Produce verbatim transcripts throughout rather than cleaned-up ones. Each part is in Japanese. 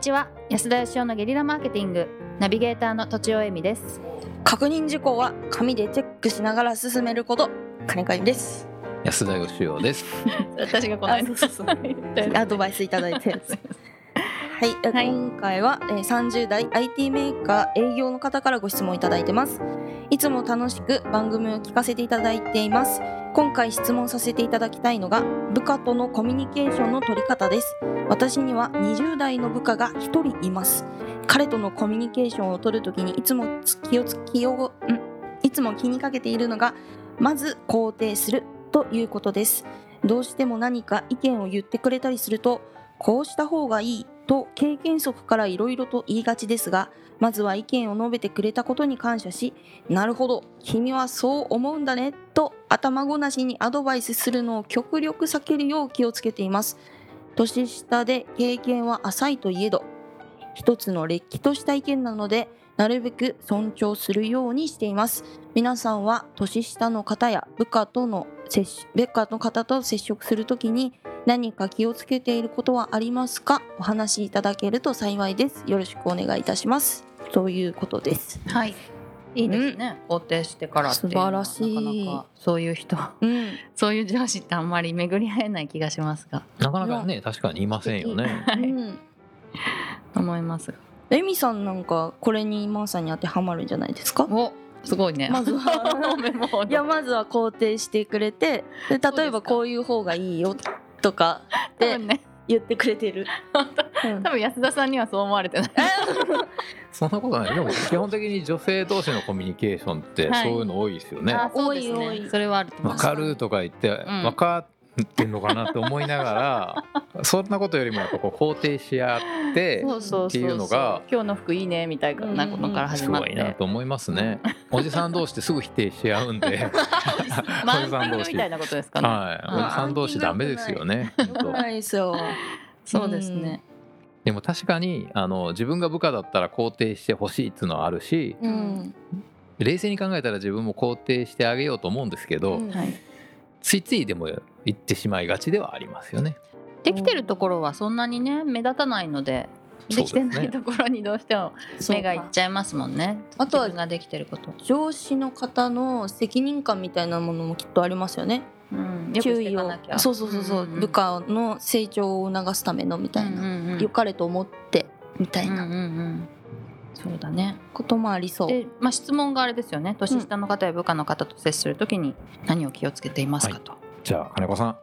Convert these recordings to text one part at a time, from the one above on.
ちは。安田義雄のゲリラマーケティングナビゲーターのとちおえみです。 確認事項は紙でチェックしながら進めること、金子です。 安田義雄です。 私がこの間アドバイスいただいてるはい、はい、今回はさんじゅう代 アイティー メーカー営業の方からご質問いただいてます。いつも楽しく番組を聞かせていただいています。今回質問させていただきたいのが部下とのコミュニケーションの取り方です。私にはにじゅう代の部下がひとりいます。彼とのコミュニケーションを取るときにいつも気をつ気をんいつも気にかけているのが、まず肯定するということです。どうしても何か意見を言ってくれたりすると、こうした方がいいと経験則からいろいろと言いがちですが、まずは意見を述べてくれたことに感謝し、なるほど君はそう思うんだねと頭ごなしにアドバイスするのを極力避けるよう気をつけています。年下で経験は浅いといえど、一つのれっきとした意見なのでなるべく尊重するようにしています。皆さんは年下の方や部下との接部下の方と接触するときに何か気をつけていることはありますか？お話しいただけると幸いです。よろしくお願いいたします。ということです。 はい、いいですね、うん、肯定してからっていうのはなかなか素晴らしい。 そういう人、うん、そういう上司ってあんまり巡り合えない気がしますが、 なかなかね、確かにいませんよね、 はい、 うん、 思いますが、 エミさんなんかこれにまさに当てはまるんじゃないですか？ お、すごいね。 まずはいやまずは肯定してくれて、で例えばこういう方がいいよとかって言ってくれてる。 多分安田さんにはそう思われてない。 そんなことない。でも基本的に女性同士のコミュニケーションってそういうの多いですよね、 はい、あ、そうですね、多い多い。それはあると思います。 分かるとか言って、うん、分かってんのかなって思いながらそんなことよりもやっぱこう肯定し合ってっていうのが、 今日の服いいねみたいなことから始まって、 すごいなと思いますね。おじさん同士ってすぐ否定し合うんでマウンティングみたいなことですかね。 はい、おじさん同士ダメですよね。 ないですよ。 そうですね、 でも確かにあの自分が部下だったら肯定してほしいっていうのはあるし、うん、冷静に考えたら自分も肯定してあげようと思うんですけど、うん、はい、ついついでも言ってしまいがちではありますよね。 できてるところはそんなにね目立たないので、できてないところにどうしても目がいっちゃいますもんね。あとは自分ができてること、 上司の方の責任感みたいなものもきっとありますよね。うん、注意を、そうそうそうそう、うんうん、部下の成長を促すためのみたいな、うんうんうん、良かれと思ってみたいな、うんうんうん、 そうだね、 こともありそうで、まあ、質問があれですよね。年下の方や部下の方と接するときに何を気をつけていますかと、 はい、じゃあ金子さん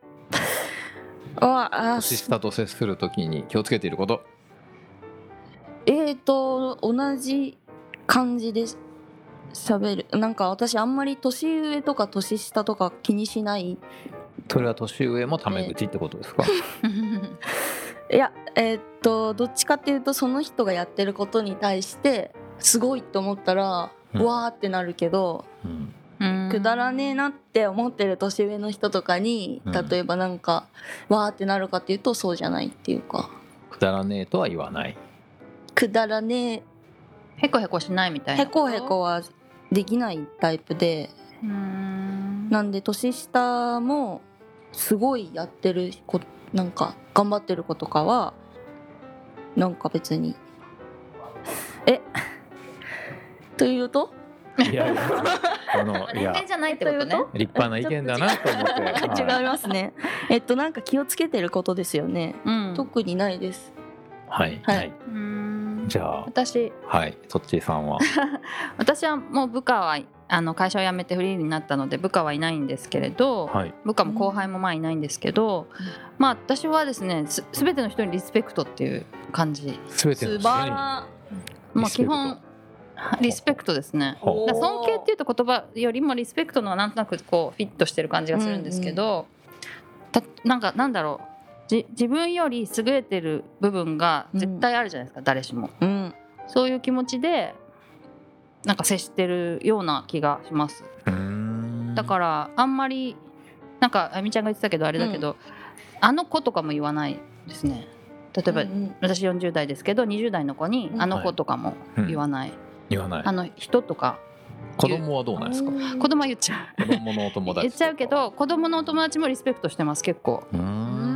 年下と接するときに気をつけていること。 えーと同じ感じです喋る。なんか私あんまり年上とか年下とか気にしない。 それは年上もタメ口ってことですか？ いや、えー、っとどっちかっていうとその人がやってることに対してすごいと思ったら、うん、わーってなるけど、うん、くだらねえなって思ってる年上の人とかに、うん、例えばなんかわーってなるかっていうとそうじゃないっていうか、 くだらねえとは言わない。 くだらねえ、 へこへこしないみたいな。 へこへこはできないタイプで、うーん、なんで年下もすごいやってる子、なんか頑張ってる子とかはなんか別にえというといやいやあのいやじゃないってことね。 立派な意見だなと思って違いますね。えっとなんか気をつけてることですよね、うん、特にないです。 はいはい、はい、うーん、じゃあ私、 はい、そっちさんは私はもう部下はあの会社を辞めてフリーになったので部下はいないんですけれど、はい、部下も後輩もまあいないんですけど、うん、まあ私はですね、す全ての人にリスペクトっていう感じ。 全ての人に、 まあ基本リスペクトですね。だ尊敬っていうと言葉よりもリスペクトのはなんとなくこうフィットしてる感じがするんですけど、うんうん、たなんかなんだろう、じ自分より優れてる部分が絶対あるじゃないですか、うん、誰しも、うん、そういう気持ちでなんか接してるような気がします。うーん、だからあんまりなんかあみちゃんが言ってたけどあれだけど、うん、あの子とかも言わないですね。例えば、うんうん、私よんじゅう代ですけどにじゅう代の子にあの子とかも言わない、はい、うん、 言わない。 あの人とか。 子供はどうなんですか？ 子供は言っちゃう。 子供のお友達言っちゃうけど子供のお友達もリスペクトしてます結構。うーん、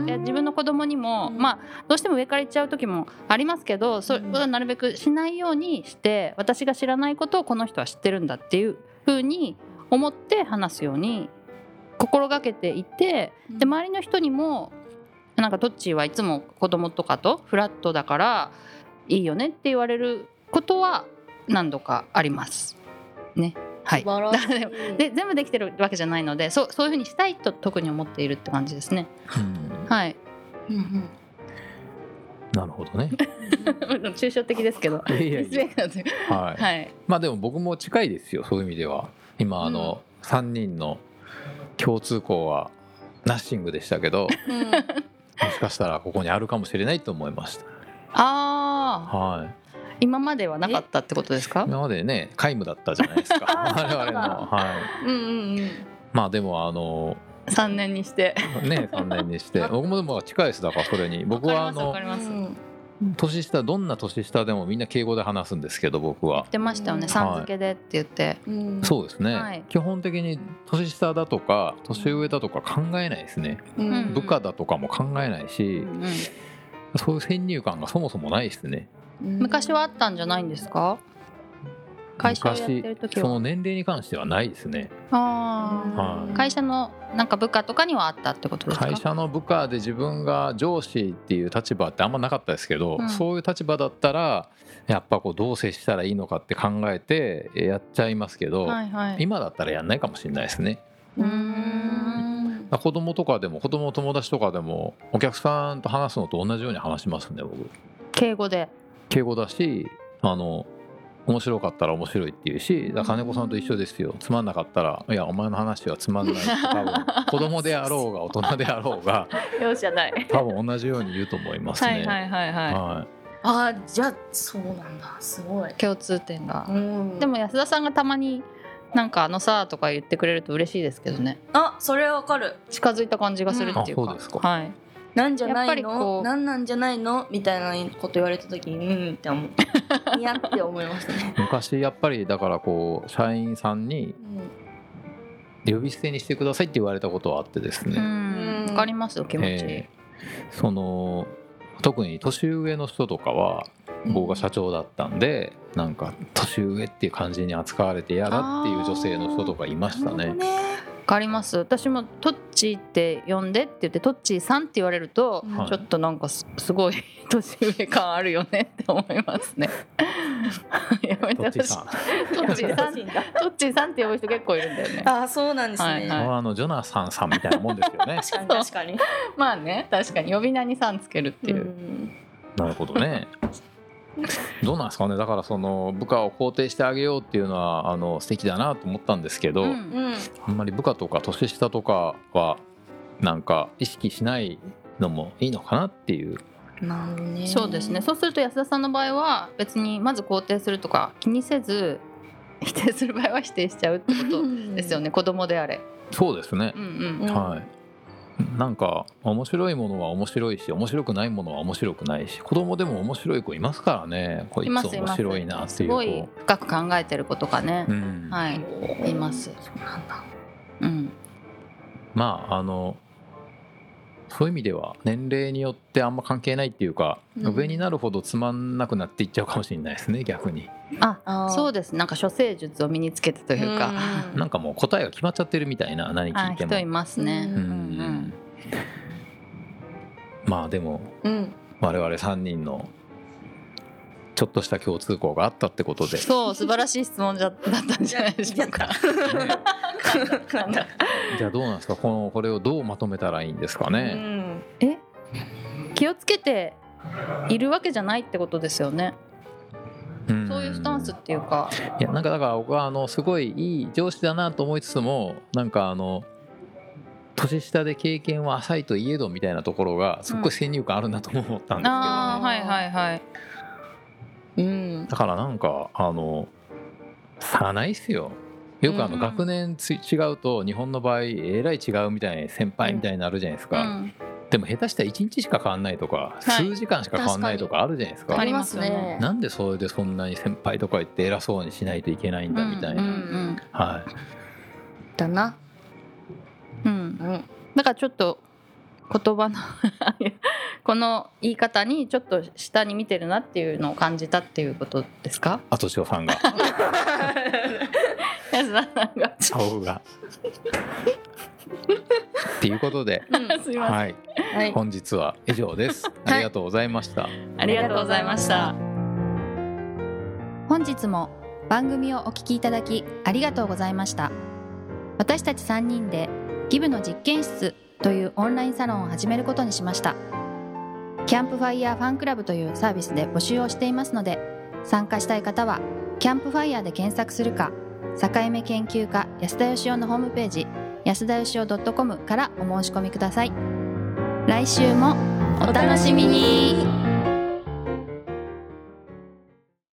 で自分の子供にも、まあ、どうしても上から言っちゃう時もありますけど、それはなるべくしないようにして、私が知らないことをこの人は知ってるんだっていう風に思って話すように心がけていて、で周りの人にもなんかトッチーはいつも子供とかとフラットだからいいよねって言われることは何度かありますね。はい、で全部できてるわけじゃないので、そう、そういう風にしたいと特に思っているって感じですね。うん、はい、うんうん、 なるほどね抽象的ですけど、いやいやいやはい、はい、まあでも僕も近いですよ、そういう意味では。今あの、うん、さんにんの共通項はナッシングでしたけど、うん、もしかしたらここにあるかもしれないと思いました。 ああ、 はい、 今まではなかったってことですか？ 今までね皆無だったじゃないですか我々の、はい、うんうんうん、まあでもあのさんねんにしてねさんねんにして僕もでも近いです。だからそれに僕はあの年下、どんな年下でもみんな敬語で話すんですけど、僕は言ってましたよね、さん付けでって言って、 はい、そうですね、はい、基本的に年下だとか年上だとか考えないですね、うん、部下だとかも考えないし、うん、そういう先入観がそもそもないですね。 昔はあったんじゃないんですか？会社をやってる時はその年齢に関してはないですね。 あ、はい、会社のなんか部下とかにはあったってことですか？ 会社の部下で自分が上司っていう立場ってあんまなかったですけど、うん、そういう立場だったらやっぱこうどう接したらいいのかって考えてやっちゃいますけど、はいはい、今だったらやんないかもしれないですね。うーん、子供とかでも子供友達とかでもお客さんと話すのと同じように話しますね、僕。 敬語で敬語だし、あの面白かったら面白いっていうし、だから金子さんと一緒ですよ。つまんなかったらいやお前の話はつまんないって多分子供であろうが大人であろうが容赦ない多分同じように言うと思いますね。 はいはいはいはい、はい、 あ、じゃあそうなんだ、すごい共通点が、うん、でも安田さんがたまになんかあのさとか言ってくれると嬉しいですけどね。 あ、それはわかる。 近づいた感じがするっていうか、 うん、あ、そうですか、 はい、 なんじゃないの、なんなんじゃないのみたいなこと言われた時にうんって思ういやって思いましたね。 昔やっぱりだからこう社員さんに呼び捨てにしてくださいって言われたことはあってですね。 うん、わかりますよ気持ち、 えー、その特に年上の人とかは僕が社長だったんで、うん、なんか年上っていう感じに扱われて嫌だっていう女性の人とかいましたね。 わかります。私もトッチーって呼んでって言ってトッチーさんって言われると、はい、ちょっとなんか す, すごい年上感あるよねって思いますねやめてほしい。トッチーさんトッチーさんって呼ぶ人結構いるんだよね。 あ、そうなんですね、はいはい、 あのジョナサンさんみたいなもんですよね確かに確かにまあね、確かに呼び名にさんつけるっていう、うん、 なるほどねどうなんですかね。だからその部下を肯定してあげようっていうのはあの素敵だなと思ったんですけど、うんうん、あんまり部下とか年下とかはなんか意識しないのもいいのかなっていう。 なるね。 そうですね。そうすると安田さんの場合は別にまず肯定するとか気にせず否定する場合は否定しちゃうってことですよね子供であれ。 そうですね、 うんうん、 はい。なんか面白いものは面白いし面白くないものは面白くないし、子供でも面白い子いますからね。こいつ面白いなっていう子、すごい深く考えてる子とかね、うん、はい、います。 そうなんだ、 うん、 まああのそういう意味では年齢によってあんま関係ないっていうか、うん、上になるほどつまんなくなっていっちゃうかもしれないですね、逆に。 あ、そうです。なんか処世術を身につけてというか、 うん、なんかもう答えが決まっちゃってるみたいな、何聞いても。 人いますね、うんうん、 まあでも、うん、我々さんにんのちょっとした共通項があったってことで、 そう素晴らしい質問だったんじゃないでしょうか、ね、 じゃあどうなんですか、このこれをどうまとめたらいいんですかね、うん、 え気をつけているわけじゃないってことですよね。うん、そういうスタンスっていうか、 いやなんかだから僕はあのすごいいい上司だなと思いつつも、なんかあの年下で経験は浅いといえどみたいなところがすっごい先入観あるなと思ったんですけどね、うん、 あはいはいはい、 うん、だからなんかあの差ないっすよ。よくあの学年つ違うと日本の場合えらい違うみたいな、先輩みたいになるじゃないですか、うん、でも下手したらいちにちしか変わんないとか、はい、数時間しか変わんないとかあるじゃないですか。 ありますね。 なんでそれでそんなに先輩とか言って偉そうにしないといけないんだみたいな、うんうんうん、はいだな、 うんうん、だからちょっと言葉のこの言い方にちょっと下に見てるなっていうのを感じたっていうことですか？ あとしおさんが安田さんが顔がっていうことで、 うん、すいません、 はいはい、本日は以上です。ありがとうございました、はい、 ありがとうございました。 本日も番組をお聞きいただきありがとうございました。私たちさんにんでギブの実験室というオンラインサロンを始めることにしました。キャンプファイヤーファンクラブというサービスで募集をしていますので、参加したい方はキャンプファイヤーで検索するか、境目研究家安田義雄のホームページ安田義雄 .com からお申し込みください。来週もお楽しみに。